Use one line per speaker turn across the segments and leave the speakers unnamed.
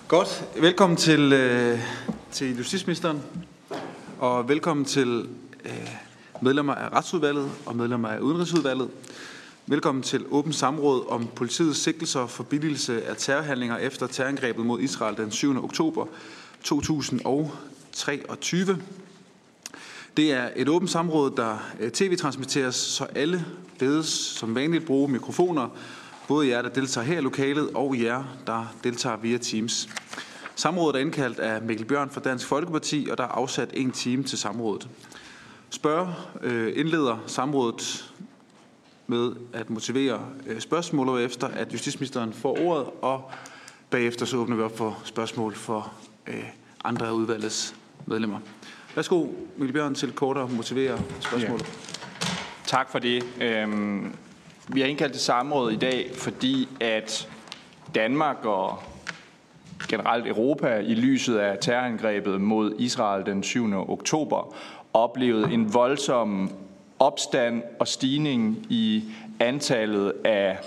Godt. Velkommen til justitsministeren, og velkommen til medlemmer af Retsudvalget og medlemmer af Udenrigsudvalget. Velkommen til åbent samråd om politiets sigtelser for billigelse af terrorhandlinger efter terrorangrebet mod Israel den 7. oktober 2023. Det er et åbent samråd, der tv-transmitteres, så alle bedes som vanligt bruge mikrofoner, både jer, der deltager her i lokalet, og jer, der deltager via Teams. Samrådet er indkaldt af Mikkel Bjørn fra Dansk Folkeparti, og der er afsat 1 time til samrådet. Indleder samrådet med at motivere spørgsmål, efter at justitsministeren får ordet, og bagefter så åbner vi op for spørgsmål for andre af udvalgets medlemmer. Værsgo, Mikkel Bjørn, til kort at motivere spørgsmålet.
Ja. Tak for det. Vi har indkaldt til samråd i dag, fordi at Danmark og generelt Europa i lyset af terrorangrebet mod Israel den 7. oktober oplevede en voldsom opstand og stigning i antallet af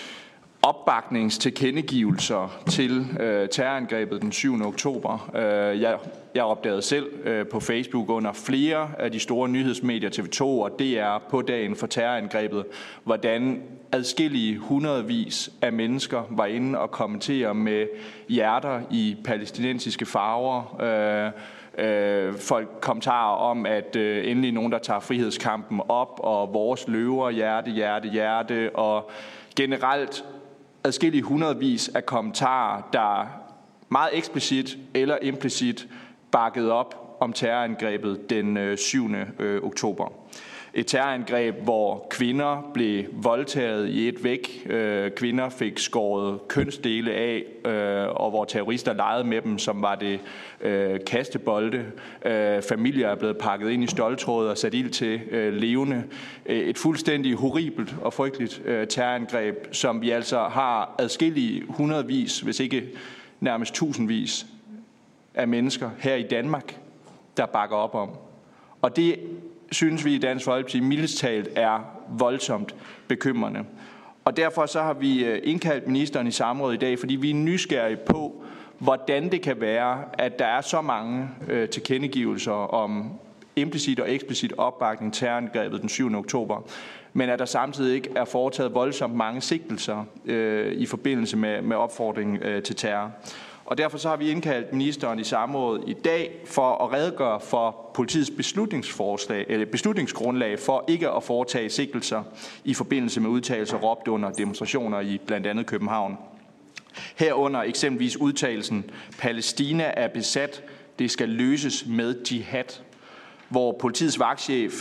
opbakningstilkendegivelser til terrorangrebet den 7. oktober. Jeg opdagede selv på Facebook under flere af de store nyhedsmedier, TV2 og DR, på dagen for terrorangrebet, hvordan adskillige hundredvis af mennesker var inde og kommentere med hjerter i palæstinensiske farver. Folk kommentarer om, at endelig nogen, der tager frihedskampen op, og vores løver, hjerte, hjerte, hjerte, og generelt adskillige hundredvis af kommentarer, der meget eksplicit eller implicit bakkede op om terrorangrebet den 7. oktober. Et terrorangreb, hvor kvinder blev voldtaget i et væk, kvinder fik skåret kønsdele af, og hvor terrorister legede med dem, som var det kastebolde. Familier er blevet pakket ind i ståltråd og sat ild til levende. Et fuldstændig horribelt og frygteligt terrorangreb, som vi altså har adskillige hundredvis, hvis ikke nærmest tusindvis af mennesker her i Danmark, der bakker op om. Og det synes vi i Dansk Folkeparti mildest talt er voldsomt bekymrende. Og derfor så har vi indkaldt ministeren i samråd i dag, fordi vi er nysgerrige på, hvordan det kan være, at der er så mange tilkendegivelser om implicit og eksplicit opbakning til terrorangrebet den 7. oktober, men at der samtidig ikke er foretaget voldsomt mange sigtelser i forbindelse med opfordringen til terror. Og derfor så har vi indkaldt ministeren i samrådet i dag for at redegøre for politiets beslutningsgrundlag for ikke at foretage sigtelser i forbindelse med udtalelser råbt under demonstrationer i blandt andet København. Herunder eksempelvis udtalelsen, Palæstina er besat, det skal løses med jihad, hvor politiets vagtchef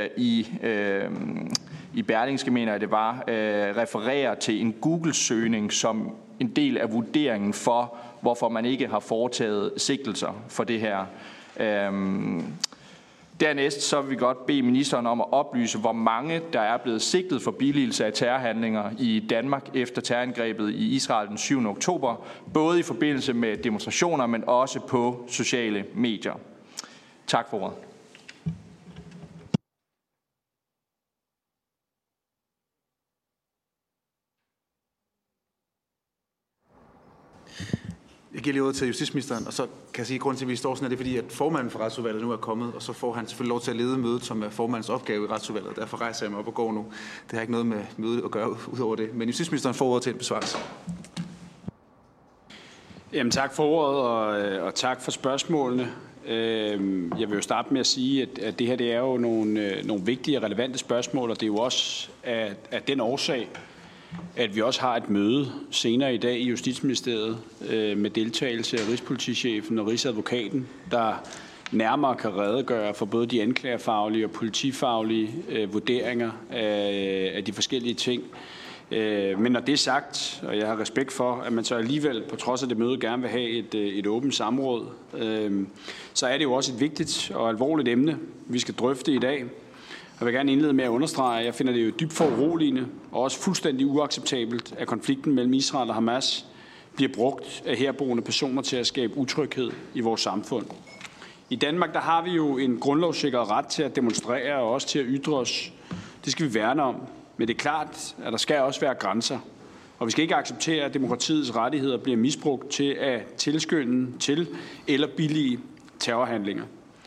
i Berlingske, mener jeg det var, refererer til en Google-søgning som en del af vurderingen for, hvorfor man ikke har foretaget sigtelser for det her. Dernæst så vil vi godt bede ministeren om at oplyse, hvor mange der er blevet sigtet for billigelse af terrorhandlinger i Danmark efter terrorangrebet i Israel den 7. oktober, både i forbindelse med demonstrationer, men også på sociale medier. Tak for ordet.
Jeg giver lige ordet til justitsministeren, og så kan jeg sige, at grunden til, at vi står sådan, er det fordi, at formanden for Retsudvalget nu er kommet, og så får han selvfølgelig lov til at lede mødet, som er formandens opgave i Retsudvalget. Derfor rejser jeg mig op og går nu. Det har ikke noget med mødet at gøre ud over det. Men justitsministeren får ordet til en besvarelse.
Jamen, tak for ordet, og tak for spørgsmålene. Jeg vil jo starte med at sige, at det her det er jo nogle vigtige og relevante spørgsmål, og det er jo også af den årsag, at vi også har et møde senere i dag i Justitsministeriet med deltagelse af Rigspolitichefen og Rigsadvokaten, der nærmere kan redegøre for både de anklagerfaglige og politifaglige vurderinger af de forskellige ting. Men når det er sagt, og jeg har respekt for, at man så alligevel på trods af det møde gerne vil have et åbent samråd, så er det jo også et vigtigt og alvorligt emne, vi skal drøfte i dag. Jeg vil gerne indlede med at understrege, at jeg finder det jo dybt foruroligende og også fuldstændig uacceptabelt, at konflikten mellem Israel og Hamas bliver brugt af herboende personer til at skabe utryghed i vores samfund. I Danmark der har vi jo en grundlovssikret ret til at demonstrere og også til at ytre os. Det skal vi værne om. Men det er klart, at der skal også være grænser. Og vi skal ikke acceptere, at demokratiets rettigheder bliver misbrugt til at tilskynde til eller billige terrorhandlinger.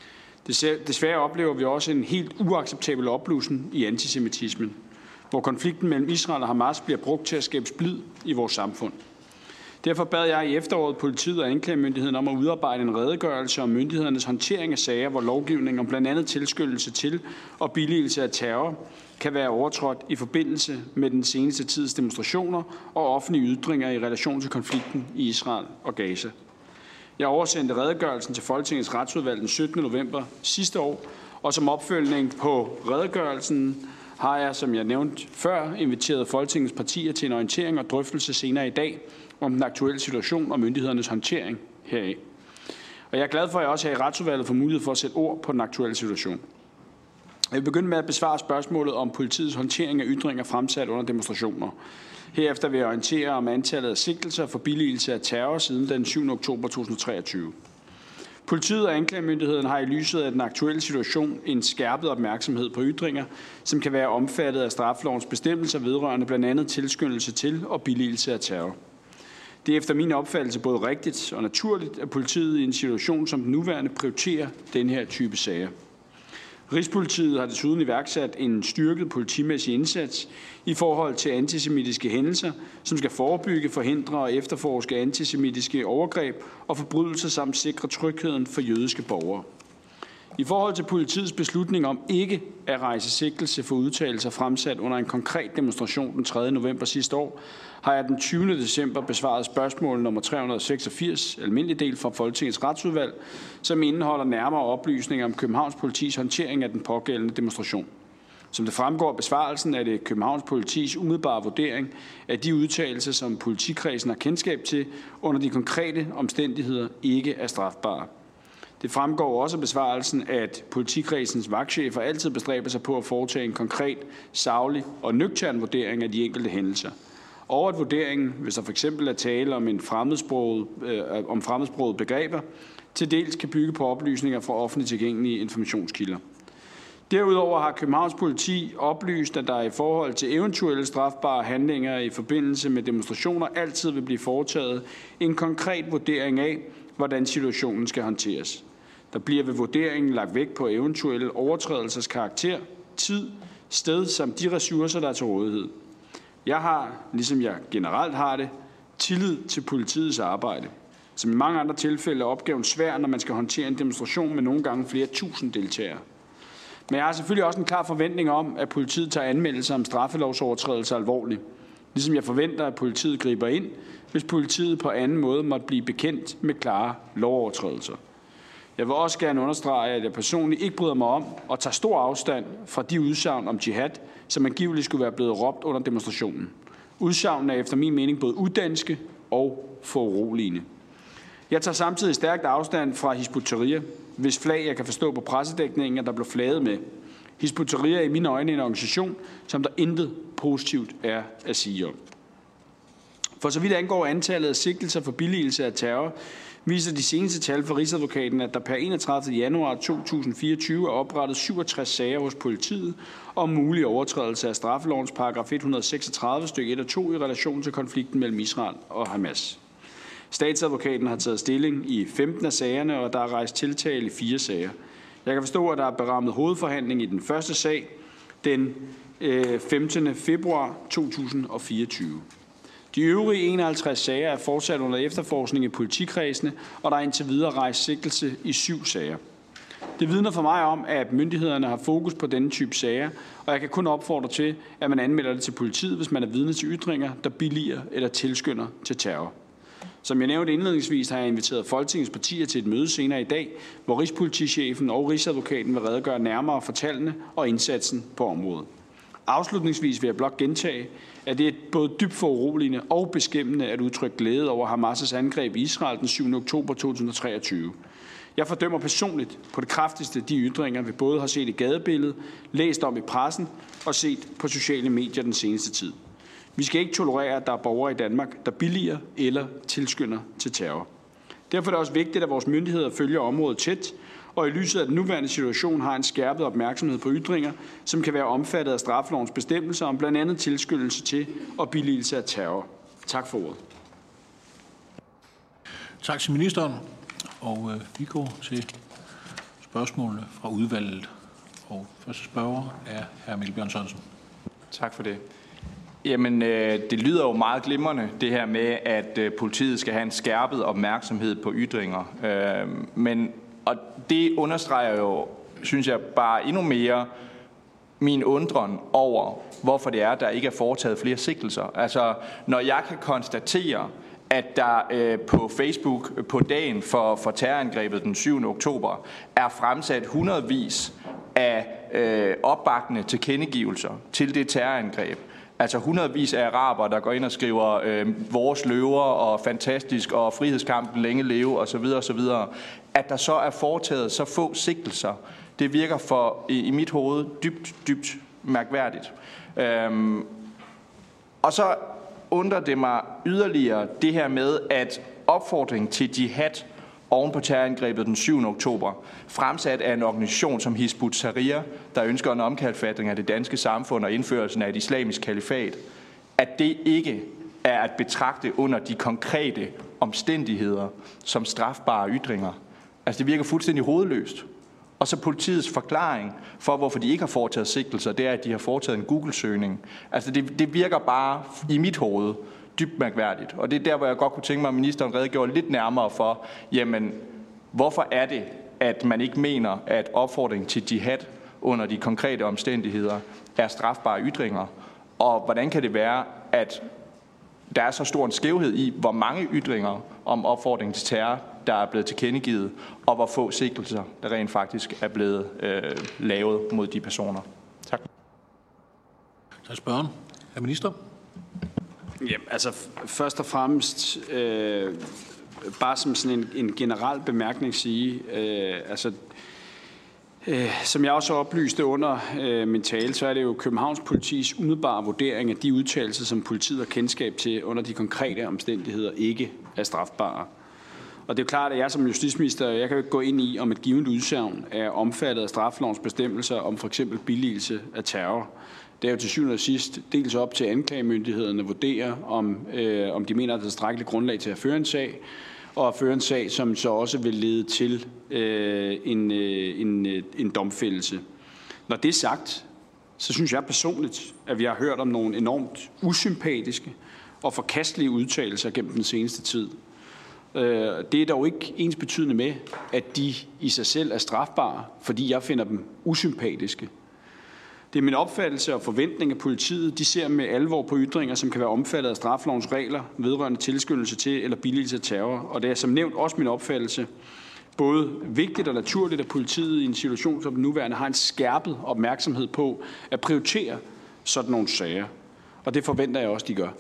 Desværre oplever vi også en helt uacceptabel opblussen i antisemitismen, hvor konflikten mellem Israel og Hamas bliver brugt til at skabe splid i vores samfund. Derfor bad jeg i efteråret politiet og anklagemyndigheden om at udarbejde en redegørelse om myndighedernes håndtering af sager, hvor lovgivning om blandt andet tilskyndelse til og billigelse af terror kan være overtrådt i forbindelse med den seneste tids demonstrationer og offentlige ytringer i relation til konflikten i Israel og Gaza. Jeg oversendte redegørelsen til Folketingets Retsudvalg den 17. november sidste år, og som opfølgning på redegørelsen har jeg, som jeg nævnte før, inviteret Folketingets partier til en orientering og drøftelse senere i dag om den aktuelle situation og myndighedernes håndtering heraf. Og jeg er glad for, at jeg også her i Retsudvalget får mulighed for at sætte ord på den aktuelle situation. Jeg vil begynde med at besvare spørgsmålet om politiets håndtering af ytringer fremsat under demonstrationer. Herefter vil jeg orientere om antallet af sigtelser for billigelse af terror siden den 7. oktober 2023. Politiet og anklagemyndigheden har i lyset af den aktuelle situation en skærpet opmærksomhed på ytringer, som kan være omfattet af straffelovens bestemmelser vedrørende blandt andet tilskyndelse til og billigelse af terror. Det er efter min opfattelse både rigtigt og naturligt, at politiet i en situation som den nuværende prioriterer den her type sager. Rigspolitiet har desuden iværksat en styrket politimæssig indsats i forhold til antisemitiske hændelser, som skal forebygge, forhindre og efterforske antisemitiske overgreb og forbrydelser samt sikre trygheden for jødiske borgere. I forhold til politiets beslutning om ikke at rejse sigtelse for udtalelser fremsat under en konkret demonstration den 3. november sidste år, har jeg den 20. december besvaret spørgsmål nummer 386, almindelig del fra Folketingets Retsudvalg, som indeholder nærmere oplysninger om Københavns Politis håndtering af den pågældende demonstration. Som det fremgår af besvarelsen, er det Københavns Politis umiddelbare vurdering af de udtalelser, som politikredsen har kendskab til, under de konkrete omstændigheder ikke er strafbare. Det fremgår også af besvarelsen, at politikredsens vagtchefer altid bestræber sig på at foretage en konkret, saglig og nøgtern vurdering af de enkelte hændelser. Og at vurderingen, hvis der f.eks. er tale om fremmedsprogede begreber, til dels kan bygge på oplysninger fra offentligt tilgængelige informationskilder. Derudover har Københavns Politi oplyst, at der i forhold til eventuelle strafbare handlinger i forbindelse med demonstrationer altid vil blive foretaget en konkret vurdering af, hvordan situationen skal håndteres. Der bliver ved vurderingen lagt vægt på eventuelle overtrædelsers karakter, tid, sted samt de ressourcer, der er til rådighed. Jeg har, ligesom jeg generelt har det, tillid til politiets arbejde. Som i mange andre tilfælde er opgaven svær, når man skal håndtere en demonstration med nogle gange flere tusind deltagere. Men jeg har selvfølgelig også en klar forventning om, at politiet tager anmeldelser om straffelovsovertrædelser alvorligt. Ligesom jeg forventer, at politiet griber ind, hvis politiet på anden måde måtte blive bekendt med klare lovovertrædelser. Jeg vil også gerne understrege, at jeg personligt ikke bryder mig om og tager stor afstand fra de udsagn om jihad, som angiveligt skulle være blevet råbt under demonstrationen. Udsagnene er efter min mening både udanske og foruroligende. Jeg tager samtidig stærkt afstand fra Hizb ut-Tahrir, hvis flag jeg kan forstå på pressedækningen, at der blev flaget med. Hizb ut-Tahrir er i mine øjne en organisation, som der intet positivt er at sige om. For så vidt angår antallet af sigtelser for billigelse af terror, viser de seneste tal fra Rigsadvokaten, at der per 31. januar 2024 er oprettet 67 sager hos politiet om mulig overtrædelse af straffelovens paragraf 136 stykke 1 og 2 i relation til konflikten mellem Israel og Hamas. Statsadvokaten har taget stilling i 15 af sagerne, og der er rejst tiltale i 4 sager. Jeg kan forstå, at der er berammet hovedforhandling i den første sag den 15. februar 2024. De øvrige 51 sager er fortsat under efterforskning i politikredsene, og der er indtil videre rejst sigtelse i 7 sager. Det vidner for mig om, at myndighederne har fokus på denne type sager, og jeg kan kun opfordre til, at man anmelder det til politiet, hvis man er vidne til ytringer, der billiger eller tilskynder til terror. Som jeg nævnte indledningsvis, har jeg inviteret Folketingets partier til et møde senere i dag, hvor Rigspolitichefen og Rigsadvokaten vil redegøre nærmere for tallene og indsatsen på området. Afslutningsvis vil jeg blot gentage, at det er både dybt foruroligende og beskæmmende at udtrykke glæde over Hamas' angreb i Israel den 7. oktober 2023. Jeg fordømmer personligt på det kraftigste de ytringer, vi både har set i gadebilledet, læst om i pressen og set på sociale medier den seneste tid. Vi skal ikke tolerere, at der er borgere i Danmark, der billiger eller tilskynder til terror. Derfor er det også vigtigt, at vores myndigheder følger området tæt, og i lyset af den nuværende situation har en skærpet opmærksomhed på ytringer, som kan være omfattet af straffelovens bestemmelser om blandt andet tilskyndelse til og billigelse af terror. Tak for ordet.
Tak til ministeren, og vi går til spørgsmålene fra udvalget. Og første spørger er hr. Mikkel Bjørn Sørensen.
Tak for det. Jamen, det lyder jo meget glimrende, det her med, at politiet skal have en skærpet opmærksomhed på ytringer. Og det understreger jo, synes jeg, bare endnu mere min undren over, hvorfor det er, der ikke er foretaget flere sigtelser. Altså, når jeg kan konstatere, at der på Facebook på dagen for terrorangrebet den 7. oktober er fremsat hundredvis af opbakkende tilkendegivelser til det terrorangreb. Altså hundredvis af arabere, der går ind og skriver vores løver og fantastisk og frihedskampen længe leve osv. osv. At der så er foretaget så få sigtelser, det virker i mit hoved dybt mærkværdigt. Og så undrer det mig yderligere det her med, at opfordring til jihad oven på terrorangrebet den 7. oktober, fremsat af en organisation som Hizb ut-Tahrir, der ønsker en omkalfatring af det danske samfund og indførelsen af et islamisk kalifat, at det ikke er at betragte under de konkrete omstændigheder som strafbare ytringer. Altså det virker fuldstændig hovedløst. Og så politiets forklaring for, hvorfor de ikke har foretaget sigtelser, det er, at de har foretaget en Google-søgning. Altså det virker bare i mit hoved dybt mærkværdigt. Og det er der, hvor jeg godt kunne tænke mig, at ministeren redegjorde lidt nærmere for, jamen, hvorfor er det, at man ikke mener, at opfordring til jihad under de konkrete omstændigheder er strafbare ytringer? Og hvordan kan det være, at der er så stor en skævhed i, hvor mange ytringer om opfordring til terror, der er blevet tilkendegivet, og hvor få sigtelser, der rent faktisk er blevet lavet mod de personer? Tak.
Tak spørgeren. Herr minister.
Ja, altså først og fremmest bare som sådan en generel bemærkning sige, som jeg også oplyste under min tale, så er det jo Københavns Politis umiddelbare vurdering af de udtalelser, som politiet har kendskab til under de konkrete omstændigheder, ikke er strafbare. Og det er jo klart, at jeg som justitsminister, jeg kan jo ikke gå ind i, om et givet udsagn er omfattet af straffelovens bestemmelser om for eksempel billigelse af terror. Det er jo til syvende og sidst dels op til anklagemyndighederne at vurdere, om de mener, at der er tilstrækkeligt grundlag til at føre en sag, og at føre en sag, som så også vil lede til en domfældelse. Når det er sagt, så synes jeg personligt, at vi har hørt om nogle enormt usympatiske og forkastelige udtalelser gennem den seneste tid. Det er dog ikke ensbetydende med, at de i sig selv er strafbare, fordi jeg finder dem usympatiske. Det er min opfattelse og forventning, at politiet de ser med alvor på ytringer, som kan være omfattet af straffelovens regler vedrørende tilskyndelse til eller billigelse af terror. Og det er som nævnt også min opfattelse både vigtigt og naturligt, at politiet i en situation som den nuværende har en skærpet opmærksomhed på at prioritere sådan nogle sager. Og det forventer jeg også, de gør.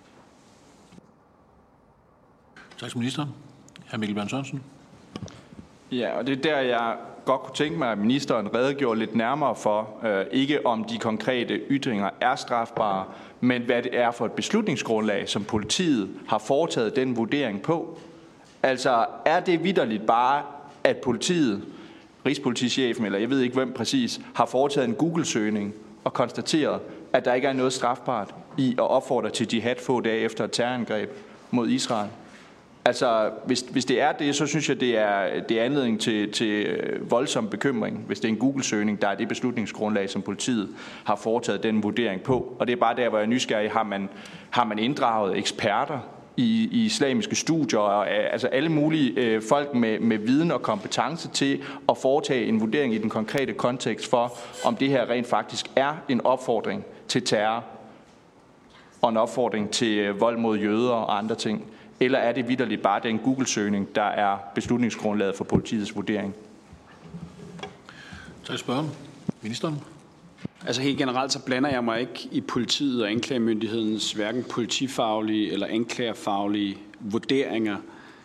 Tak til ministeren. Hr. Mikkel Bjørn Sørensen.
Ja, og det er der, jeg godt kunne tænke mig, at ministeren redegjorde lidt nærmere for, ikke om de konkrete ytringer er strafbare, men hvad det er for et beslutningsgrundlag, som politiet har foretaget den vurdering på. Altså, er det vitterligt bare, at politiet, rigspolitichefen, eller jeg ved ikke hvem præcis, har foretaget en Google-søgning og konstateret, at der ikke er noget strafbart i at opfordre til jihad få dage efter et terrorangreb mod Israel? Altså, hvis det er det, så synes jeg, det er anledning til voldsom bekymring, hvis det er en Google-søgning, der er det beslutningsgrundlag, som politiet har foretaget den vurdering på. Og det er bare der, hvor jeg er nysgerrig. Har man inddraget eksperter i islamiske studier, og altså alle mulige folk med viden og kompetence til at foretage en vurdering i den konkrete kontekst for, om det her rent faktisk er en opfordring til terror og en opfordring til vold mod jøder og andre ting? Eller er det vitterligt bare den Google-søgning, der er beslutningsgrundlaget for politiets vurdering?
Tak spørgeren. Ministeren.
Altså helt generelt så blander jeg mig ikke i politiet og anklagemyndighedens hverken politifaglige eller anklagerfaglige vurderinger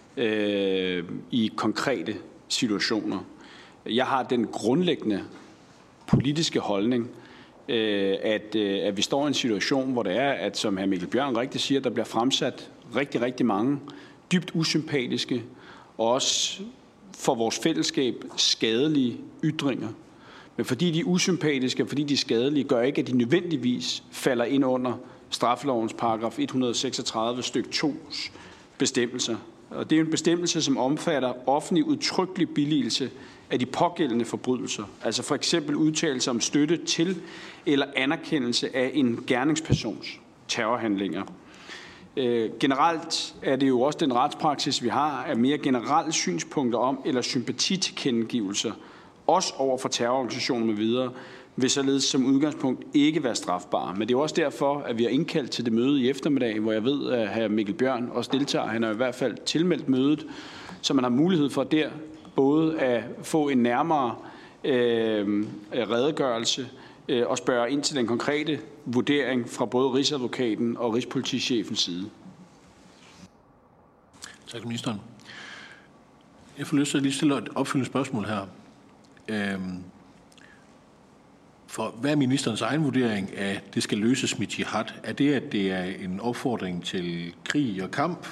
i konkrete situationer. Jeg har den grundlæggende politiske holdning, at vi står i en situation, hvor det er, at som hr. Mikkel Bjørn rigtig siger, der bliver fremsat rigtig mange dybt usympatiske og også for vores fællesskab skadelige ytringer. Men fordi de er usympatiske og fordi de er skadelige, gør ikke, at de nødvendigvis falder ind under straffelovens paragraf 136 stykke 2's bestemmelser. Og det er en bestemmelse, som omfatter offentlig udtrykkelig billigelse af de pågældende forbrydelser. Altså for eksempel udtalelse om støtte til eller anerkendelse af en gerningspersons terrorhandlinger. Generelt er det jo også den retspraksis, vi har, af mere generelle synspunkter om eller sympatitilkendegivelser, også over for terrororganisationer med videre, vil således som udgangspunkt ikke være strafbare. Men det er jo også derfor, at vi har indkaldt til det møde i eftermiddag, hvor jeg ved, at hr. Mikkel Bjørn også deltager. Han har i hvert fald tilmeldt mødet, så man har mulighed for der både at få en nærmere redegørelse og spørge ind til den konkrete vurdering fra både Rigsadvokaten og Rigspolitichefens side.
Tak til ministeren. Jeg får lyst til at lige stille et opfølgende spørgsmål her. For hvad er ministerens egen vurdering af, at det skal løses med jihad? Er det, at det er en opfordring til krig og kamp?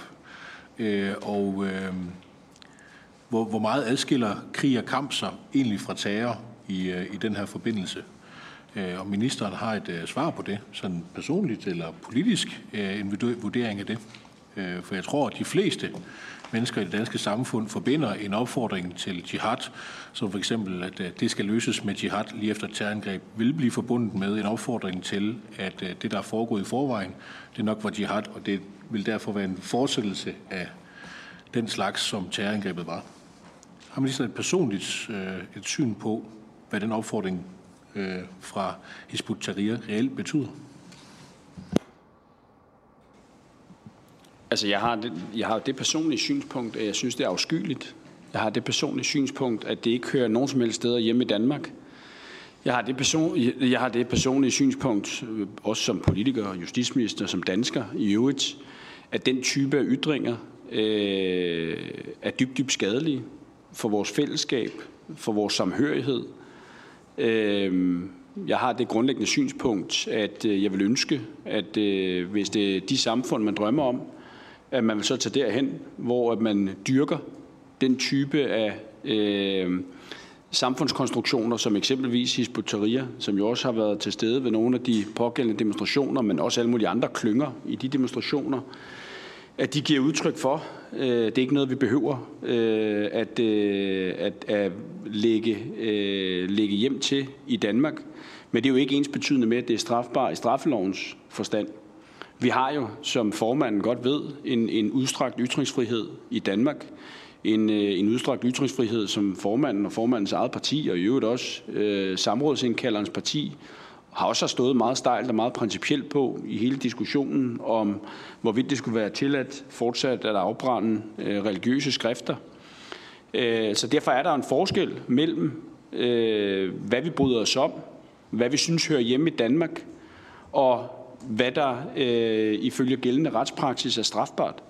Hvor meget adskiller krig og kamp sig egentlig fra terror i den her forbindelse? Om ministeren har et svar på det, sådan personligt eller politisk, en vurdering af det. For jeg tror, at de fleste mennesker i det danske samfund forbinder en opfordring til jihad, som for eksempel, at det skal løses med jihad lige efter et terrorangreb, vil blive forbundet med en opfordring til, at det, der er foregået i forvejen, det nok var jihad, og det vil derfor være en fortsættelse af den slags, som terrorangrebet var. Har ministeren et personligt et syn på, hvad den opfordring fra Hizb ut-Tahrir reelt betyder?
Altså, jeg har det personlige synspunkt, at jeg synes, det er afskyeligt. Jeg har det personlige synspunkt, at det ikke hører nogen som helst steder hjemme i Danmark. Jeg har det personlige synspunkt, også som politiker og justitsminister, som dansker i øvrigt, at den type af ytringer er dybt, dybt skadelige for vores fællesskab, for vores samhørighed. Jeg har det grundlæggende synspunkt, at jeg vil ønske, at hvis det er de samfund, man drømmer om, at man vil så tage derhen, hvor man dyrker den type af samfundskonstruktioner, som eksempelvis Hizb ut-Tahrir, som jo også har været til stede ved nogle af de pågældende demonstrationer, men også alle mulige andre klynger i de demonstrationer, at de giver udtryk for. Det er ikke noget, vi behøver at lægge hjem til i Danmark. Men det er jo ikke ensbetydende med, at det er strafbart i straffelovens forstand. Vi har jo, som formanden godt ved, en udstrakt ytringsfrihed i Danmark. En udstrakt ytringsfrihed, som formanden og formandens eget parti, og i øvrigt også samrådsindkalderens parti, har også stået meget stejlt og meget principielt på i hele diskussionen om, hvorvidt det skulle være tilladt fortsat at afbrænde religiøse skrifter. Så derfor er der en forskel mellem, hvad vi bryder os om, hvad vi synes hører hjemme i Danmark, og hvad der ifølge gældende retspraksis er strafbart.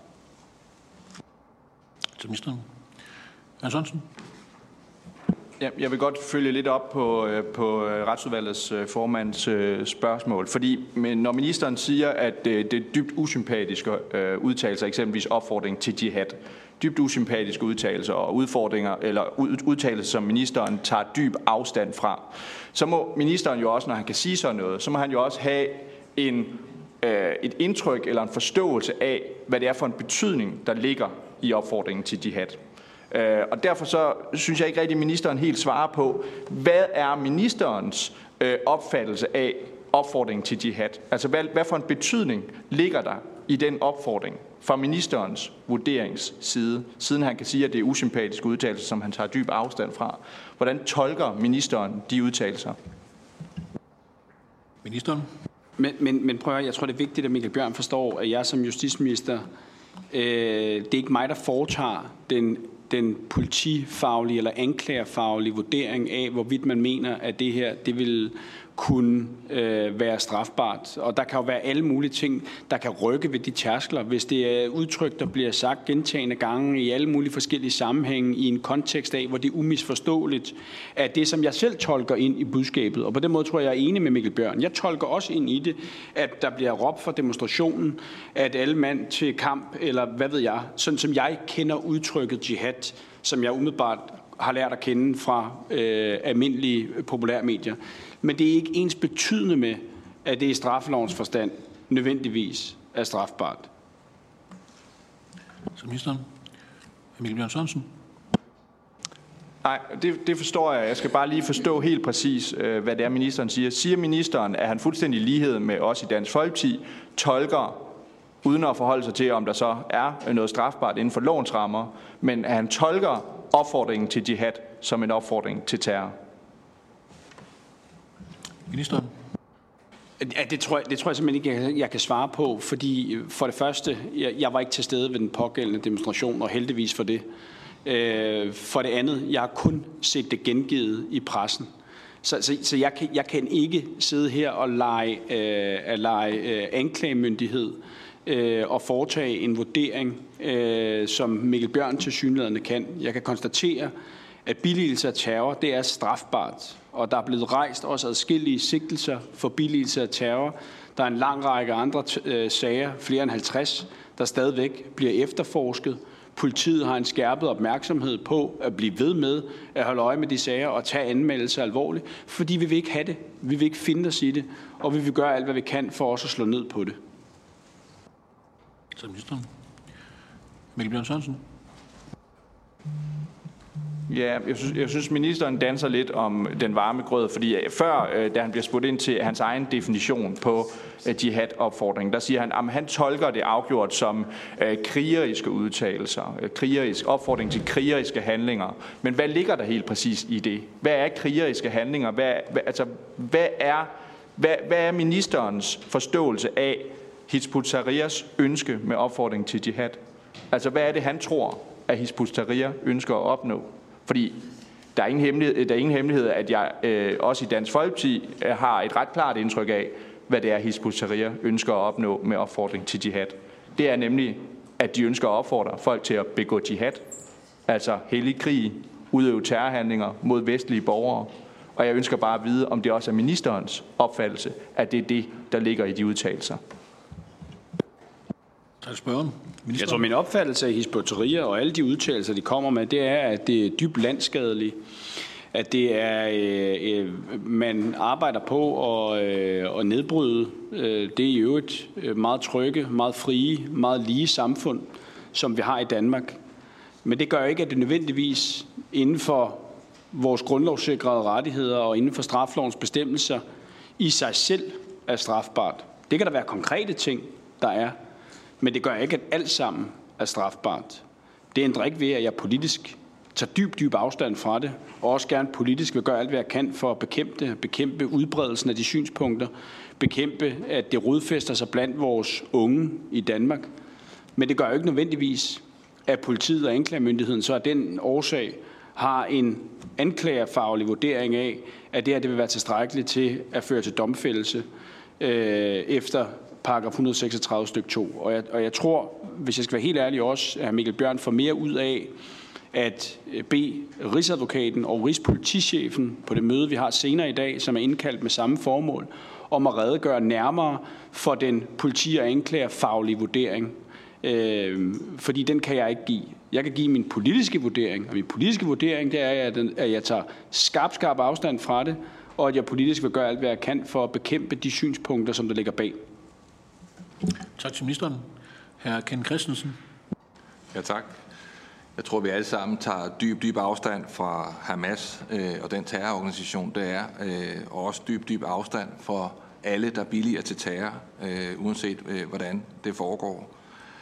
Til ministeren. Hr. Sørensen.
Ja, jeg vil godt følge lidt op på Retsudvalgets formands spørgsmål. Fordi når ministeren siger, at det er dybt usympatiske udtalelser, eksempelvis opfordring til jihad, dybt usympatiske udtalelser og udfordringer eller udtalelser, som ministeren tager dyb afstand fra, så må ministeren jo også, når han kan sige sådan noget, så må han jo også have et indtryk eller en forståelse af, hvad det er for en betydning, der ligger i opfordringen til jihad. Og derfor så synes jeg ikke rigtig, at ministeren helt svarer på, hvad er ministerens opfattelse af opfordringen til jihad? Altså hvad for en betydning ligger der i den opfordring fra ministerens vurderingsside, siden han kan sige, at det er usympatiske udtalelser, som han tager dyb afstand fra? Hvordan tolker ministeren de udtalelser?
Ministeren?
Men prøv at, jeg tror, det er vigtigt, at Mikkel Bjørn forstår, at jeg som justitsminister, det er ikke mig, der foretager den politifaglige eller anklagerfaglige vurdering af, hvorvidt man mener, at det her, det vil kunne være strafbart. Og der kan jo være alle mulige ting, der kan rykke ved de tærskler. Hvis det er udtryk, der bliver sagt gentagne gange i alle mulige forskellige sammenhænge i en kontekst af, hvor det er umisforståeligt, at det, som jeg selv tolker ind i budskabet, og på den måde tror jeg er enig med Mikkel Bjørn. Jeg tolker også ind i det, at der bliver råbt for demonstrationen, at alle mand til kamp, eller hvad ved jeg, sådan som jeg kender udtrykket jihad, som jeg umiddelbart har lært at kende fra almindelige populærmedier. Men det er ikke ens betydende med, at det i straffelovens forstand nødvendigvis er strafbart.
Så ministeren. Mikkel Bjørn Sørensen.
Nej, det forstår jeg. Jeg skal bare lige forstå helt præcis, hvad det er, ministeren siger. Siger ministeren, at han fuldstændig i lighed med os i Dansk Folkeparti tolker, uden at forholde sig til, om der så er noget strafbart inden for lovens rammer, men at han tolker opfordringen til jihad som en opfordring til terror?
Ministeren.
Ja, det tror jeg simpelthen ikke, jeg kan svare på, fordi for det første, jeg var ikke til stede ved den pågældende demonstration, og heldigvis for det. For det andet, jeg har kun set det gengivet i pressen. Så jeg kan ikke sidde her og lege anklagemyndighed og foretage en vurdering, som Mikkel Bjørn tilsyneladende kan. Jeg kan konstatere, at billigelse af terror, det er strafbart. Og der er blevet rejst også adskillige sigtelser for billigelse af terror. Der er en lang række andre sager, flere end 50, der stadigvæk bliver efterforsket. Politiet har en skærpet opmærksomhed på at blive ved med at holde øje med de sager og tage anmeldelser alvorligt, fordi vi vil ikke have det. Vi vil ikke finde os i det, og vi vil gøre alt, hvad vi kan for også at slå ned på det.
Så ministeren. Mikkel Bjørn Sørensen.
Ja, jeg synes, ministeren danser lidt om den varme grød, fordi før, da han bliver spurgt ind til hans egen definition på jihad-opfordringen, der siger han, at han tolker det afgjort som krigeriske udtalelser, krigerisk opfordring til krigeriske handlinger. Men hvad ligger der helt præcis i det? Hvad er krigeriske handlinger? Hvad er ministerens forståelse af Hizb ut-Tahrirs ønske med opfordring til jihad? Altså, hvad er det, han tror, at Hizb ut-Tahrir ønsker at opnå? Fordi der er ingen hemmelighed, at jeg også i Dansk Folkeparti har et ret klart indtryk af, hvad det er, Hizb ut-Tahrir ønsker at opnå med opfordring til jihad. Det er nemlig, at de ønsker at opfordre folk til at begå jihad, altså hellig krig, udøve terrorhandlinger mod vestlige borgere. Og jeg ønsker bare at vide, om det også er ministerens opfattelse, at det er det, der ligger i de udtalelser.
Tak spørgen.
Jeg tror, min opfattelse af Hizb ut-Tahrir og alle de udtalelser, de kommer med, det er, at det er dybt landskadeligt. At det er, man arbejder på at nedbryde det i øvrigt meget trygge, meget frie, meget lige samfund, som vi har i Danmark. Men det gør ikke, at det nødvendigvis inden for vores grundlovssikrede rettigheder og inden for straflovens bestemmelser i sig selv er strafbart. Det kan der være konkrete ting, der er. Men det gør ikke, at alt sammen er strafbart. Det ændrer ikke ved, at jeg politisk tager dyb afstand fra det, og også gerne politisk vil gøre alt, hvad jeg kan for at bekæmpe udbredelsen af de synspunkter, bekæmpe, at det rodfæster sig blandt vores unge i Danmark. Men det gør jo ikke nødvendigvis, at politiet og anklagemyndigheden så af den årsag har en anklagerfaglig vurdering af, at det her det vil være tilstrækkeligt til at føre til domfældelse efter paragraf 136 stykke 2. Og jeg tror, hvis jeg skal være helt ærlig også, at Mikkel Bjørn får mere ud af at bede Rigsadvokaten og Rigspolitichefen på det møde, vi har senere i dag, som er indkaldt med samme formål, om at redegøre nærmere for den politi- og anklagerfaglige vurdering. Fordi den kan jeg ikke give. Jeg kan give min politiske vurdering, og min politiske vurdering det er, at jeg tager skarp afstand fra det, og at jeg politisk vil gøre alt, hvad jeg kan for at bekæmpe de synspunkter, som der ligger bag.
Tak til ministeren. Hr. Ken Christensen.
Ja, tak. Jeg tror, vi alle sammen tager dyb afstand fra Hamas og den terrororganisation, det er, og også dyb afstand for alle, der billiger til terror, uanset hvordan det foregår.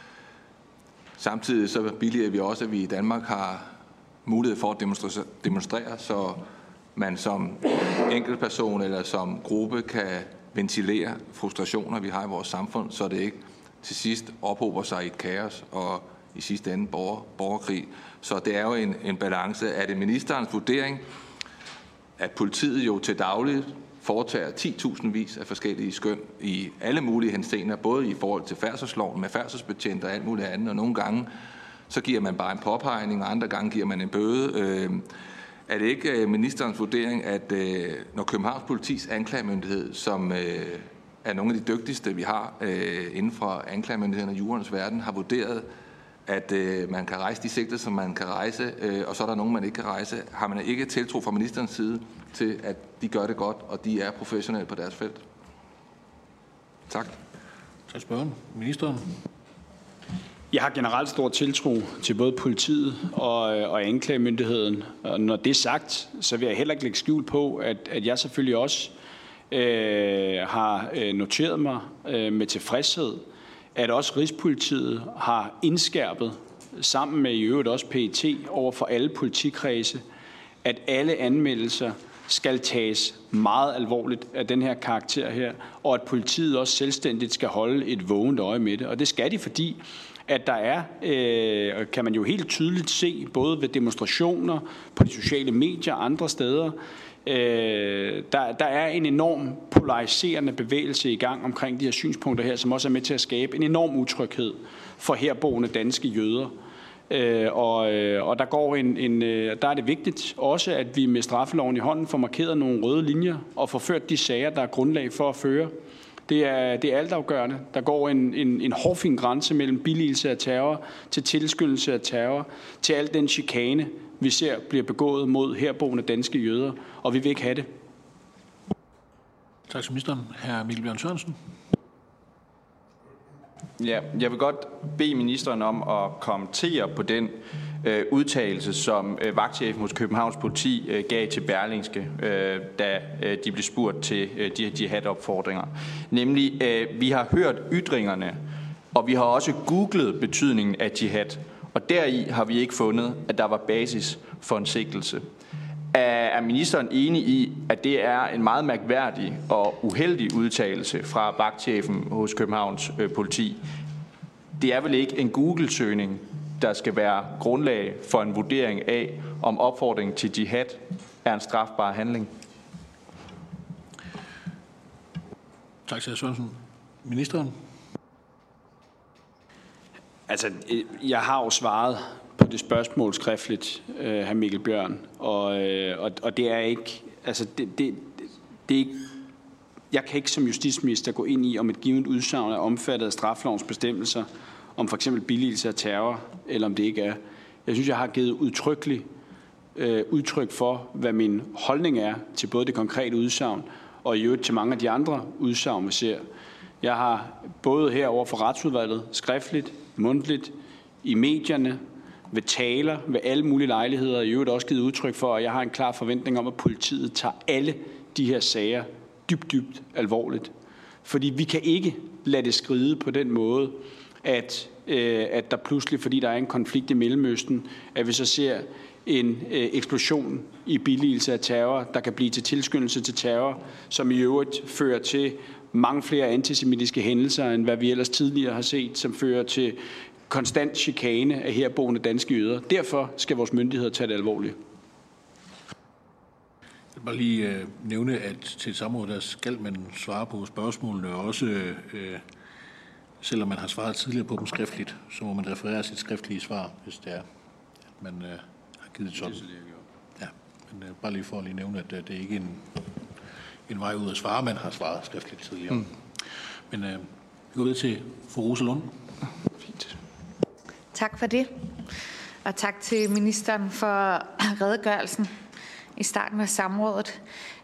Samtidig så billiger vi også, at vi i Danmark har mulighed for at demonstrere, så man som enkeltperson eller som gruppe kan ventilere frustrationer, vi har i vores samfund, så det ikke til sidst ophober sig i et kaos og i sidste ende borgerkrig. Så det er jo en balance. Er det ministerens vurdering, at politiet jo til daglig foretager 10.000 vis af forskellige skøn i alle mulige henseender, både i forhold til færdselsloven med færdselsbetjente og alt muligt andet, og nogle gange så giver man bare en påpegning, og andre gange giver man en bøde. Er det ikke ministerens vurdering, at når Københavns Politis anklagemyndighed, som er nogle af de dygtigste, vi har inden for anklagemyndigheden og jurens verden, har vurderet, at man kan rejse de sigter, som man kan rejse, og så er der nogen, man ikke kan rejse. Har man ikke tiltro fra ministerens side til, at de gør det godt, og de er professionelle på deres felt? Tak.
Tak spørgeren. Ministeren.
Jeg har generelt stor tiltro til både politiet og anklagemyndigheden. Og når det er sagt, så vil jeg heller ikke lægge skjul på, at jeg selvfølgelig også har noteret mig med tilfredshed, at også Rigspolitiet har indskærpet, sammen med i øvrigt også PET, over for alle politikredse, at alle anmeldelser skal tages meget alvorligt af den her karakter her, og at politiet også selvstændigt skal holde et vågent øje med det. Og det skal de, fordi at der er, kan man jo helt tydeligt se, både ved demonstrationer, på de sociale medier og andre steder, der er en enorm polariserende bevægelse i gang omkring de her synspunkter her, som også er med til at skabe en enorm utryghed for herboende danske jøder. Og der er det vigtigt også, at vi med straffeloven i hånden får markeret nogle røde linjer og får ført de sager, der er grundlag for at føre. Det er altafgørende. Der går en hårfin grænse mellem billigelse af terror til tilskyndelse af terror, til al den chikane, vi ser bliver begået mod herboende danske jøder, og vi vil ikke have det.
Tak til ministeren. Hr. Mikkel Bjørn Sørensen.
Ja, jeg vil godt bede ministeren om at kommentere på den udtalelse, som vagtchefen hos Københavns Politi gav til Berlingske, da de blev spurgt til de jihad-opfordringer. Nemlig, vi har hørt ytringerne, og vi har også googlet betydningen af jihad, og deri har vi ikke fundet, at der var basis for en sigtelse. Er ministeren enig i, at det er en meget mærkværdig og uheldig udtalelse fra vagtchefen hos Københavns Politi? Det er vel ikke en Google-søgning, der skal være grundlag for en vurdering af, om opfordringen til jihad er en strafbar handling?
Tak til hr. Sørensen. Ministeren.
Altså, jeg har jo svaret på det spørgsmål skriftligt, hr. Mikkel Bjørn, og det er ikke, altså det er ikke, jeg kan ikke som justitsminister gå ind i, om et givet udsagn er omfattet af straffelovens bestemmelser, om for eksempel billigelse af terror, eller om det ikke er. Jeg synes, jeg har givet udtryk for, hvad min holdning er til både det konkrete udsagn, og i øvrigt til mange af de andre udsagn, vi ser. Jeg har både herover for Retsudvalget, skriftligt, mundtligt, i medierne, ved taler, ved alle mulige lejligheder, i øvrigt også givet udtryk for, at jeg har en klar forventning om, at politiet tager alle de her sager dybt alvorligt. Fordi vi kan ikke lade det skride på den måde, at der pludselig, fordi der er en konflikt i Mellemøsten, at vi så ser en eksplosion i billigelse af terror, der kan blive til tilskyndelse til terror, som i øvrigt fører til mange flere antisemitiske hændelser, end hvad vi ellers tidligere har set, som fører til konstant chikane af herboende danske jøder. Derfor skal vores myndigheder tage det alvorligt.
Jeg vil bare lige nævne, at til et samråd, der skal man svare på spørgsmålene, og også selvom man har svaret tidligere på dem skriftligt, så må man referere sit skriftlige svar, hvis det er, at man har givet sådan. Ja, men bare lige for at lige nævne, at det er ikke en vej ud at svare, man har svaret skriftligt tidligere. Men vi går videre til fru Rosa Lund.
Fint.
Tak for det, og tak til ministeren for redegørelsen i starten af samrådet.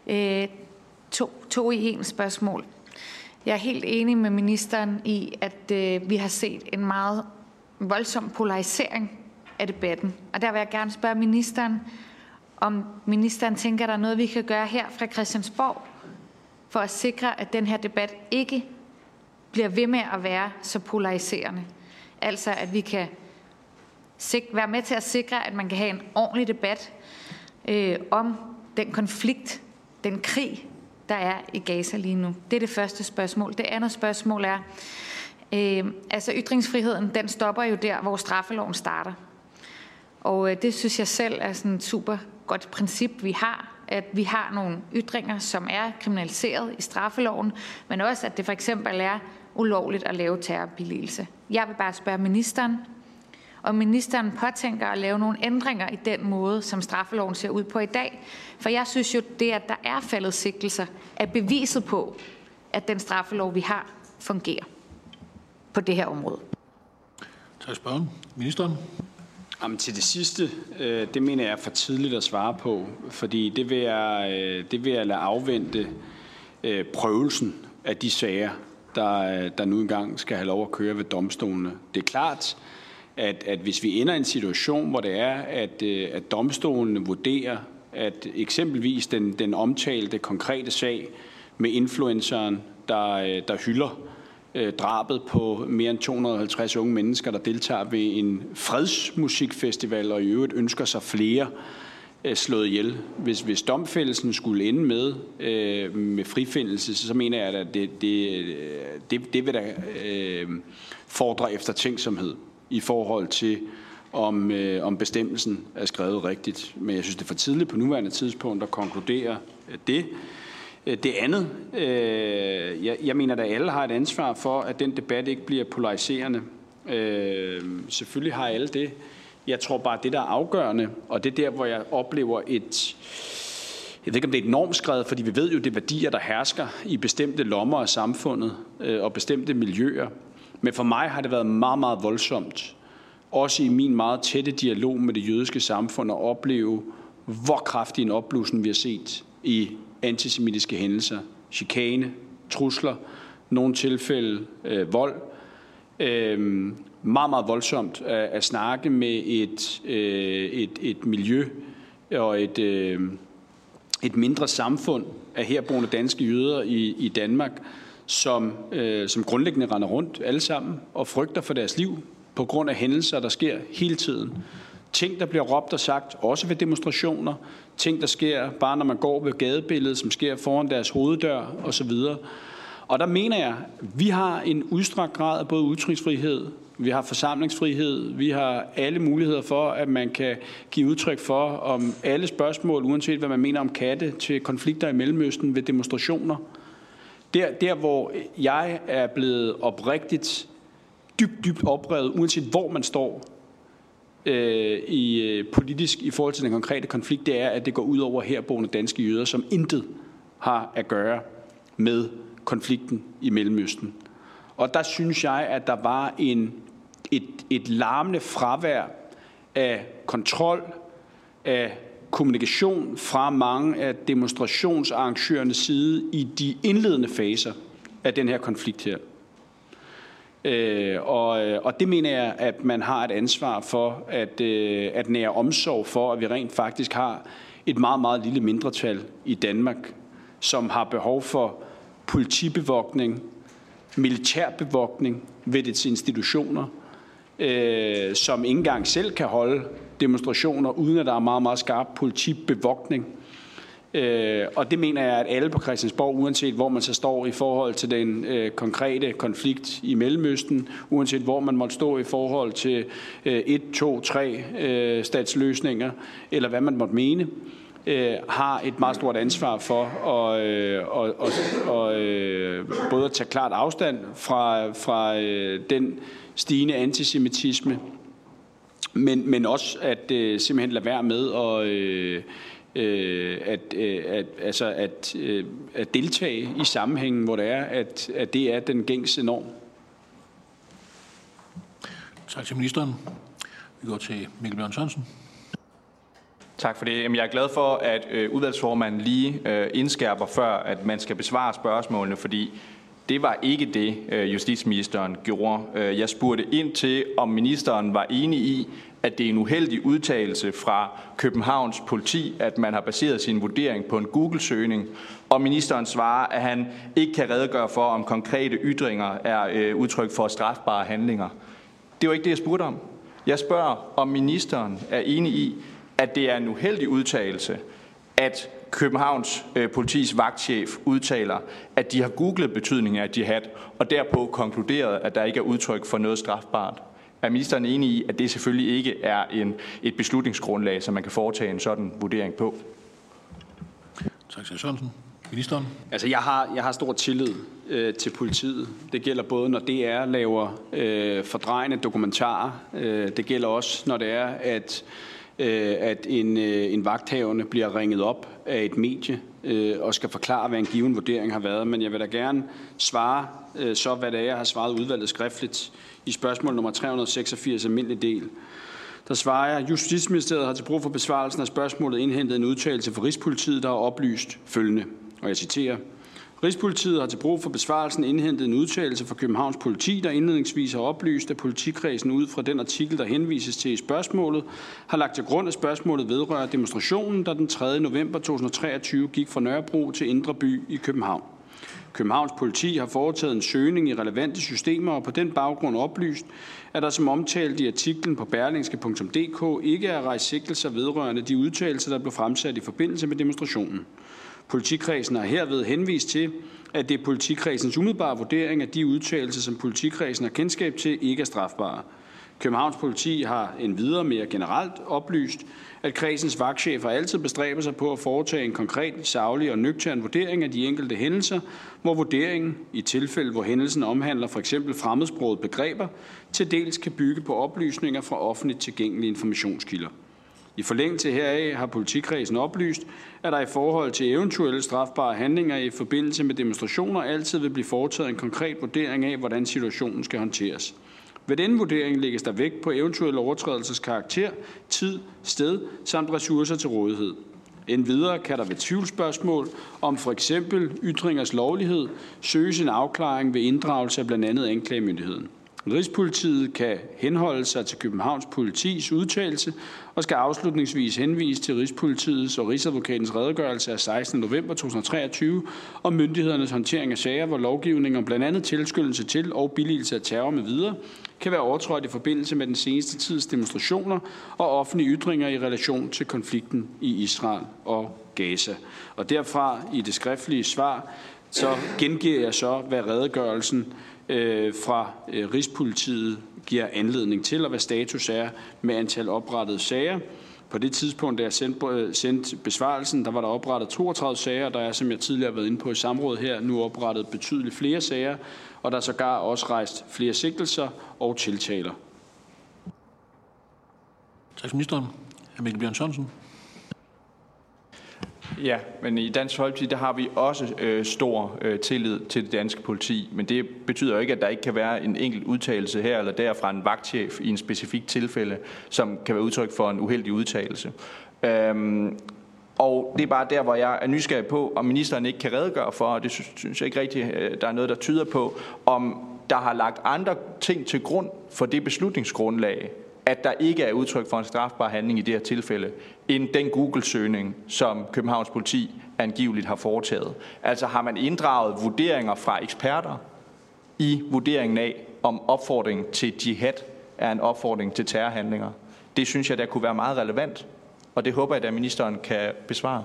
To i en spørgsmål. Jeg er helt enig med ministeren i, at vi har set en meget voldsom polarisering af debatten. Og der vil jeg gerne spørge ministeren, om ministeren tænker, at der er noget, vi kan gøre her fra Christiansborg, for at sikre, at den her debat ikke bliver ved med at være så polariserende. Altså, at vi kan være med til at sikre, at man kan have en ordentlig debat om den konflikt, den krig, der er i Gaza lige nu. Det er det første spørgsmål. Det andet spørgsmål er, altså ytringsfriheden, den stopper jo der, hvor straffeloven starter. Og det synes jeg selv er sådan et super godt princip, vi har, at vi har nogle ytringer, som er kriminaliseret i straffeloven, men også, at det for eksempel er ulovligt at lave terrorbilligelse. Jeg vil bare spørge ministeren, om ministeren påtænker at lave nogle ændringer i den måde, som straffeloven ser ud på i dag. For jeg synes jo, det, at der er faldet sigtelser, er beviset på, at den straffelov, vi har, fungerer på det her område.
Tak spørgen. Ministeren.
Jamen, til det sidste, det mener jeg er for tidligt at svare på, fordi det vil jeg lade afvente prøvelsen af de sager. der nu engang skal have lov at køre ved domstolene. Det er klart, at hvis vi ender i en situation, hvor det er, at domstolene vurderer, at eksempelvis den omtalte konkrete sag med influenceren, der hylder drabet på mere end 250 unge mennesker, der deltager ved en fredsmusikfestival og i øvrigt ønsker sig flere slået ihjel. Hvis domfældelsen skulle ende med frifindelse, så mener jeg, at det vil da fordre eftertænksomhed i forhold til, om bestemmelsen er skrevet rigtigt. Men jeg synes, det er for tidligt på nuværende tidspunkt at konkludere det. Det andet, jeg mener, at alle har et ansvar for, at den debat ikke bliver polariserende. Selvfølgelig har alle det. Jeg tror bare, det der er afgørende, og det er der, hvor jeg oplever jeg ved ikke, om det er et normskred, fordi vi ved jo, det er værdier, der hersker i bestemte lommer af samfundet og bestemte miljøer. Men for mig har det været meget, meget voldsomt, også i min meget tætte dialog med det jødiske samfund, at opleve, hvor kraftig en opblussen vi har set i antisemitiske hændelser, chikane, trusler, nogle tilfælde vold. Meget, meget voldsomt at snakke med et miljø og et mindre samfund af herboende danske jøder i Danmark, som grundlæggende render rundt alle sammen og frygter for deres liv på grund af hændelser, der sker hele tiden. Ting, der bliver råbt og sagt, også ved demonstrationer. Ting, der sker bare, når man går ved gadebilledet, som sker foran deres hoveddør osv. Og der mener jeg, at vi har en udstrakt grad af både udtryksfrihed, vi har forsamlingsfrihed, vi har alle muligheder for, at man kan give udtryk for om alle spørgsmål, uanset hvad man mener om katte, til konflikter i Mellemøsten ved demonstrationer. Der hvor jeg er blevet oprigtigt, dybt oprevet, uanset hvor man står politisk i forhold til den konkrete konflikt, det er, at det går ud over herboende danske jøder, som intet har at gøre med konflikten i Mellemøsten. Og der synes jeg, at der var et larmende fravær af kontrol, af kommunikation fra mange af demonstrationsarrangørernes side i de indledende faser af den her konflikt her. Og det mener jeg, at man har et ansvar for at nære omsorg for, at vi rent faktisk har et meget, meget lille mindretal i Danmark, som har behov for politibevogtning, militærbevogtning ved dets institutioner, som ikke engang selv kan holde demonstrationer, uden at der er meget, meget skarp politibevogtning. Og det mener jeg, at alle på Christiansborg, uanset hvor man så står i forhold til den konkrete konflikt i Mellemøsten, uanset hvor man måtte stå i forhold til 1, 2, 3 statsløsninger, eller hvad man måtte mene, har et meget stort ansvar for både at tage klart afstand fra den stigende antisemitisme, men også at simpelthen lade være med at deltage i sammenhængen, hvor det er, at det er den gængse norm.
Tak til ministeren. Vi går til Mikkel Bjørn Sørensen.
Tak for det. Jeg er glad for, at udvalgsformanden lige indskærper før, at man skal besvare spørgsmålene, fordi det var ikke det, justitsministeren gjorde. Jeg spurgte ind til, om ministeren var enig i, at det er en uheldig udtalelse fra Københavns politi, at man har baseret sin vurdering på en Google-søgning, og ministeren svarer, at han ikke kan redegøre for, om konkrete ytringer er udtryk for strafbare handlinger. Det var ikke det, jeg spurgte om. Jeg spørger, om ministeren er enig i, at det er en uheldig udtalelse, at Københavns politis vagtchef udtaler, at de har googlet betydningen af jihad, og derpå konkluderet, at der ikke er udtryk for noget strafbart. Er ministeren enig i, at det selvfølgelig ikke er et beslutningsgrundlag, som man kan foretage en sådan vurdering på?
Tak til Sørensen. Ministeren?
Altså, jeg har stor tillid til politiet. Det gælder både, når DR laver fordrejende dokumentarer. Det gælder også, når det er, at en vagthavende bliver ringet op af et medie og skal forklare, hvad en given vurdering har været. Men jeg vil da gerne svare hvad det er, jeg har svaret udvalget skriftligt i spørgsmål nummer 386 almindelig del. Der svarer jeg, Justitsministeriet har til brug for besvarelsen af spørgsmålet indhentet en udtalelse fra Rigspolitiet, der har oplyst følgende, og jeg citerer: Rigspolitiet har til brug for besvarelsen indhentet en udtalelse fra Københavns Politi, der indledningsvis har oplyst, at politikredsen ud fra den artikel, der henvises til i spørgsmålet, har lagt til grund, at spørgsmålet vedrører demonstrationen, der den 3. november 2023 gik fra Nørrebro til Indre By i København. Københavns Politi har foretaget en søgning i relevante systemer og på den baggrund oplyst, at der som omtalt i artiklen på berlingske.dk ikke er rejst sigtelser vedrørende de udtalelser, der blev fremsat i forbindelse med demonstrationen. Politikredsen har herved henvist til, at det er politikredsens umiddelbare vurdering, at de udtalelser, som politikredsen har kendskab til, ikke er strafbare. Københavns Politi har endvidere mere generelt oplyst, at kredsens vagtchefer altid bestræber sig på at foretage en konkret, saglig og nøgtern vurdering af de enkelte hændelser, hvor vurderingen, i tilfælde hvor hændelsen omhandler f.eks. fremmedsprogede begreber, til dels kan bygge på oplysninger fra offentligt tilgængelige informationskilder. I forlængelse heraf har politikredsen oplyst, at der i forhold til eventuelle strafbare handlinger i forbindelse med demonstrationer altid vil blive foretaget en konkret vurdering af, hvordan situationen skal håndteres. Ved denne vurdering lægges der vægt på eventuelle overtrædelses karakter, tid, sted samt ressourcer til rådighed. Endvidere kan der ved tvivlsspørgsmål om for eksempel ytringers lovlighed søges en afklaring ved inddragelse af blandt andet anklagemyndigheden. Rigspolitiet kan henholde sig til Københavns Politis udtalelse og skal afslutningsvis henvise til Rigspolitiets og Rigsadvokatens redegørelse af 16. november 2023 om myndighedernes håndtering af sager, hvor lovgivning om blandt andet tilskyndelse til og billigelse af terror med videre kan være overtrådt i forbindelse med den seneste tids demonstrationer og offentlige ytringer i relation til konflikten i Israel og Gaza. Og derfra i det skriftlige svar, så gengiver jeg så, hvad redegørelsen fra Rigspolitiet giver anledning til, og hvad status er med antal oprettede sager. På det tidspunkt, da jeg sendte besvarelsen, der var der oprettet 32 sager, og der er, som jeg tidligere har været inde på i samrådet her, nu oprettet betydeligt flere sager, og der er sågar også rejst flere sigtelser og tiltaler.
Tak til ministeren. Hr. Mikkel Bjørn Sørensen.
Ja, men i Dansk Folkeparti, der har vi også stor tillid til det danske politi. Men det betyder jo ikke, at der ikke kan være en enkelt udtalelse her eller der fra en vagtchef i en specifik tilfælde, som kan være udtryk for en uheldig udtalelse. Og det er bare der, hvor jeg er nysgerrig på, om ministeren ikke kan redegøre for, og det synes jeg ikke rigtigt, der er noget, der tyder på, om der har lagt andre ting til grund for det beslutningsgrundlag, at der ikke er udtryk for en strafbar handling i det her tilfælde, end den Google-søgning, som Københavns Politi angiveligt har foretaget. Altså har man inddraget vurderinger fra eksperter i vurderingen af, om opfordring til jihad er en opfordring til terrorhandlinger. Det synes jeg, der kunne være meget relevant, og det håber jeg, at ministeren kan besvare.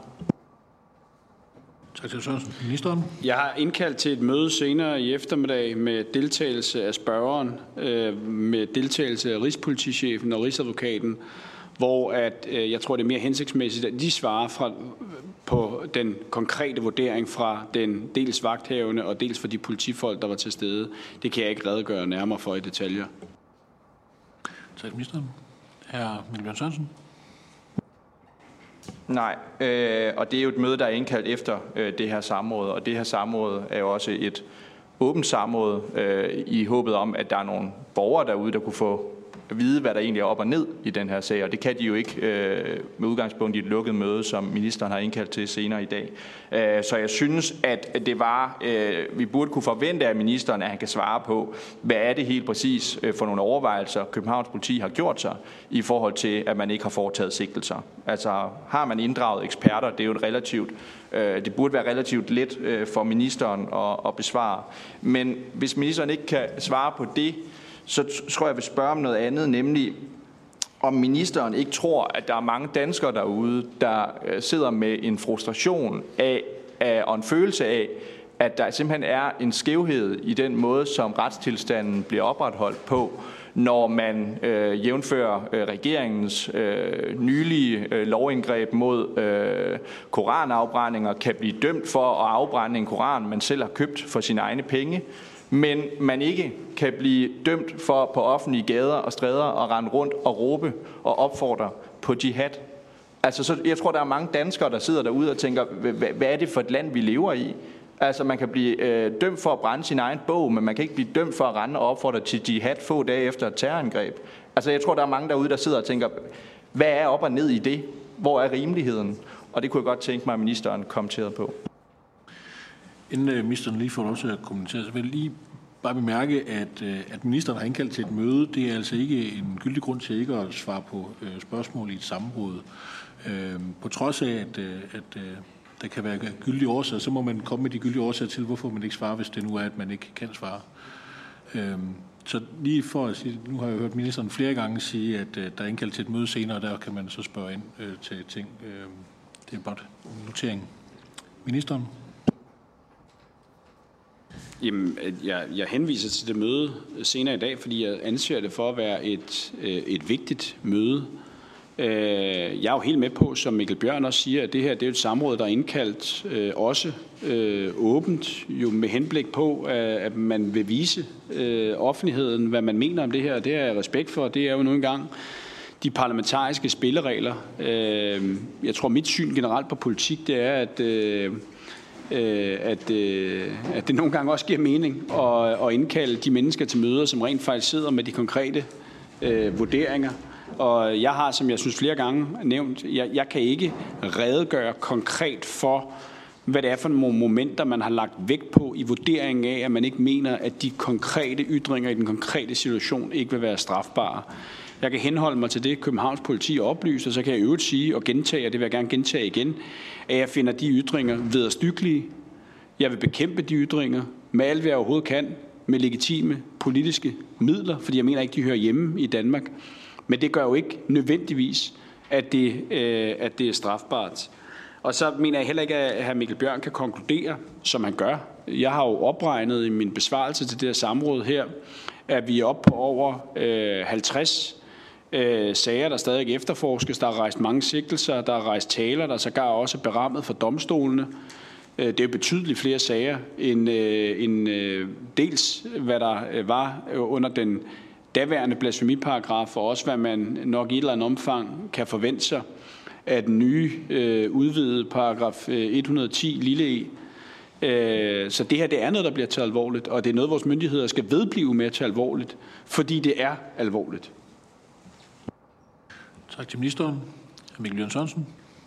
Tak til Sørensen. Ministeren.
Jeg har indkaldt til et møde senere i eftermiddag med deltagelse af spørgeren, med deltagelse af Rigspolitichefen og Rigsadvokaten, hvor jeg tror, det er mere hensigtsmæssigt, at de svarer på den konkrete vurdering fra den dels vagthavende og dels fra de politifolk, der var til stede. Det kan jeg ikke redegøre nærmere for i detaljer.
Tak til ministeren. Hr. Mikkel Bjørn Sørensen.
Nej, og det er jo et møde, der er indkaldt efter det her samråd, og det her samråd er jo også et åbent samråd i håbet om, at der er nogle borgere derude, der kunne få at vide, hvad der egentlig er op og ned i den her sag, og det kan de jo ikke med udgangspunkt i et lukket møde, som ministeren har indkaldt til senere i dag. Så jeg synes, at det var, vi burde kunne forvente af ministeren, at han kan svare på, hvad er det helt præcis for nogle overvejelser, Københavns Politi har gjort sig, i forhold til, at man ikke har foretaget sigtelser. Altså har man inddraget eksperter, det er jo det burde være relativt let for ministeren at besvare. Men hvis ministeren ikke kan svare på det, så tror jeg vil spørge om noget andet, nemlig om ministeren ikke tror, at der er mange danskere derude, der sidder med en frustration af og en følelse af, at der simpelthen er en skævhed i den måde, som retstilstanden bliver opretholdt på, når man jævnfører regeringens nylige lovindgreb mod koranafbrændinger, kan blive dømt for at afbrænde en koran, man selv har købt for sine egne penge, men man ikke kan blive dømt for på offentlige gader og stræder at rende rundt og råbe og opfordre på jihad. Altså, så jeg tror, der er mange danskere, der sidder derude og tænker, hvad er det for et land, vi lever i? Altså, man kan blive dømt for at brænde sin egen bog, men man kan ikke blive dømt for at rende og opfordre til jihad få dage efter et terrorangreb. Altså, jeg tror, der er mange derude, der sidder og tænker, hvad er op og ned i det? Hvor er rimeligheden? Og det kunne jeg godt tænke mig, at ministeren kommenterede på.
Inden ministeren lige får lov til at kommentere, så vil jeg lige bare bemærke, at ministeren har indkaldt til et møde. Det er altså ikke en gyldig grund til ikke at svare på spørgsmål i et samråd. På trods af, at der kan være gyldige årsager, så må man komme med de gyldige årsager til, hvorfor man ikke svarer, hvis det nu er, at man ikke kan svare. Så lige for at sige, nu har jeg hørt ministeren flere gange sige, at der er indkaldt til et møde senere, og der kan man så spørge ind til ting. Det er bare en notering. Ministeren?
Jamen, jeg henviser til det møde senere i dag, fordi jeg anser det for at være et vigtigt møde. Jeg er jo helt med på, som Mikkel Bjørn også siger, at det her det er et samråd, der er indkaldt også åbent, jo med henblik på, at man vil vise offentligheden, hvad man mener om det her. Det har jeg respekt for. Det er jo nu engang de parlamentariske spilleregler. Jeg tror, mit syn generelt på politik, det er, at det nogle gange også giver mening at indkalde de mennesker til møder, som rent faktisk sidder med de konkrete vurderinger. Og jeg har, som jeg synes flere gange nævnt, jeg kan ikke redegøre konkret for, hvad det er for nogle momenter, man har lagt vægt på i vurderingen af, at man ikke mener, at de konkrete ytringer i den konkrete situation ikke vil være strafbare. Jeg kan henholde mig til det, Københavns Politi oplyser, og så kan jeg øvrigt sige og gentage, og det vil jeg gerne gentage igen, at jeg finder de ytringer vederstyggelige. Jeg vil bekæmpe de ytringer med alt, hvad jeg overhovedet kan, med legitime politiske midler, fordi jeg mener ikke, de hører hjemme i Danmark. Men det gør jo ikke nødvendigvis, at det er strafbart. Og så mener jeg heller ikke, at hr. Mikkel Bjørn kan konkludere, som han gør. Jeg har jo opregnet i min besvarelse til det her samråd her, at vi er oppe på over 50 sager, der stadig efterforskes. Der er rejst mange sigtelser, der er rejst taler, der er sågar også berammet for domstolene. Det er betydeligt flere sager end dels, hvad der var under den daværende blasfemiparagraf, og også hvad man nok i et eller andet omfang kan forvente sig af den nye udvidede paragraf 110 lille e. Så det her, det er noget, der bliver taget alvorligt, og det er noget, vores myndigheder skal vedblive med at tage alvorligt, fordi det er alvorligt.
Tak til ministeren. Mikkel Bjørn Sørensen.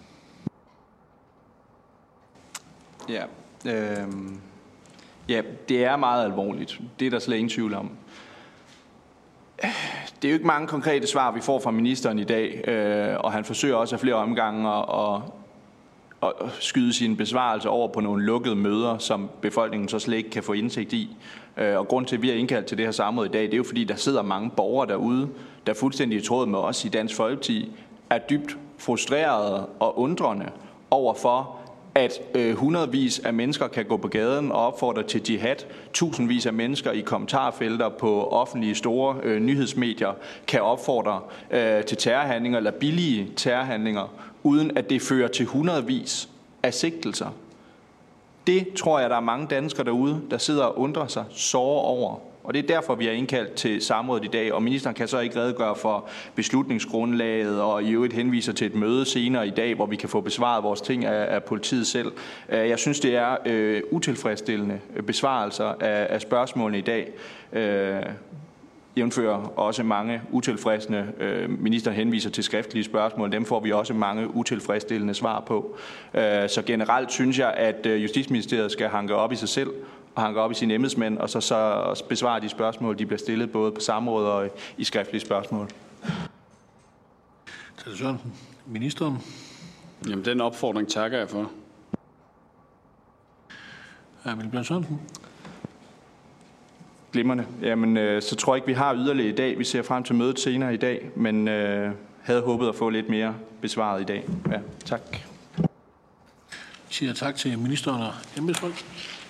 Ja, det er meget alvorligt. Det er der slet ingen tvivl om. Det er jo ikke mange konkrete svar, vi får fra ministeren i dag, og han forsøger også af flere omgange at skyde sine besvarelser over på nogle lukkede møder, som befolkningen så slet ikke kan få indsigt i. Og grund til, at vi har indkaldt til det her samråd i dag, det er jo fordi, der sidder mange borgere derude, der fuldstændig i tråd med os i Dansk Folkeparti, er dybt frustrerede og undrende overfor, at hundredvis af mennesker kan gå på gaden og opfordre til jihad. Tusindvis af mennesker i kommentarfelter på offentlige store nyhedsmedier kan opfordre til terrorhandlinger eller billige terrorhandlinger, uden at det fører til hundredvis af sigtelser. Det tror jeg, der er mange danskere derude, der sidder og undrer sig såre over. Og det er derfor, vi har indkaldt til samrådet i dag, og ministeren kan så ikke redegøre for beslutningsgrundlaget og i øvrigt henviser til et møde senere i dag, hvor vi kan få besvaret vores ting af politiet selv. Jeg synes, det er utilfredsstillende besvarelser af spørgsmålene i dag. Jævnfører også mange utilfredsstillende. Ministeren henviser til skriftlige spørgsmål. Dem får vi også mange utilfredsstillende svar på. Så generelt synes jeg, at Justitsministeriet skal hanke op i sig selv og hanke op i sine embedsmænd, og så besvare de spørgsmål, de bliver stillet både på samråd og i skriftlige spørgsmål.
Tadde Sørensen, ministeren.
Jamen, den opfordring takker jeg for.
Mikkel Bjørn Sørensen.
Glimrende. Jamen, så tror jeg ikke, vi har yderligere i dag. Vi ser frem til mødet senere i dag, men havde håbet at få lidt mere besvaret i dag. Ja, tak.
Jeg siger tak til ministeren og embedsfolk.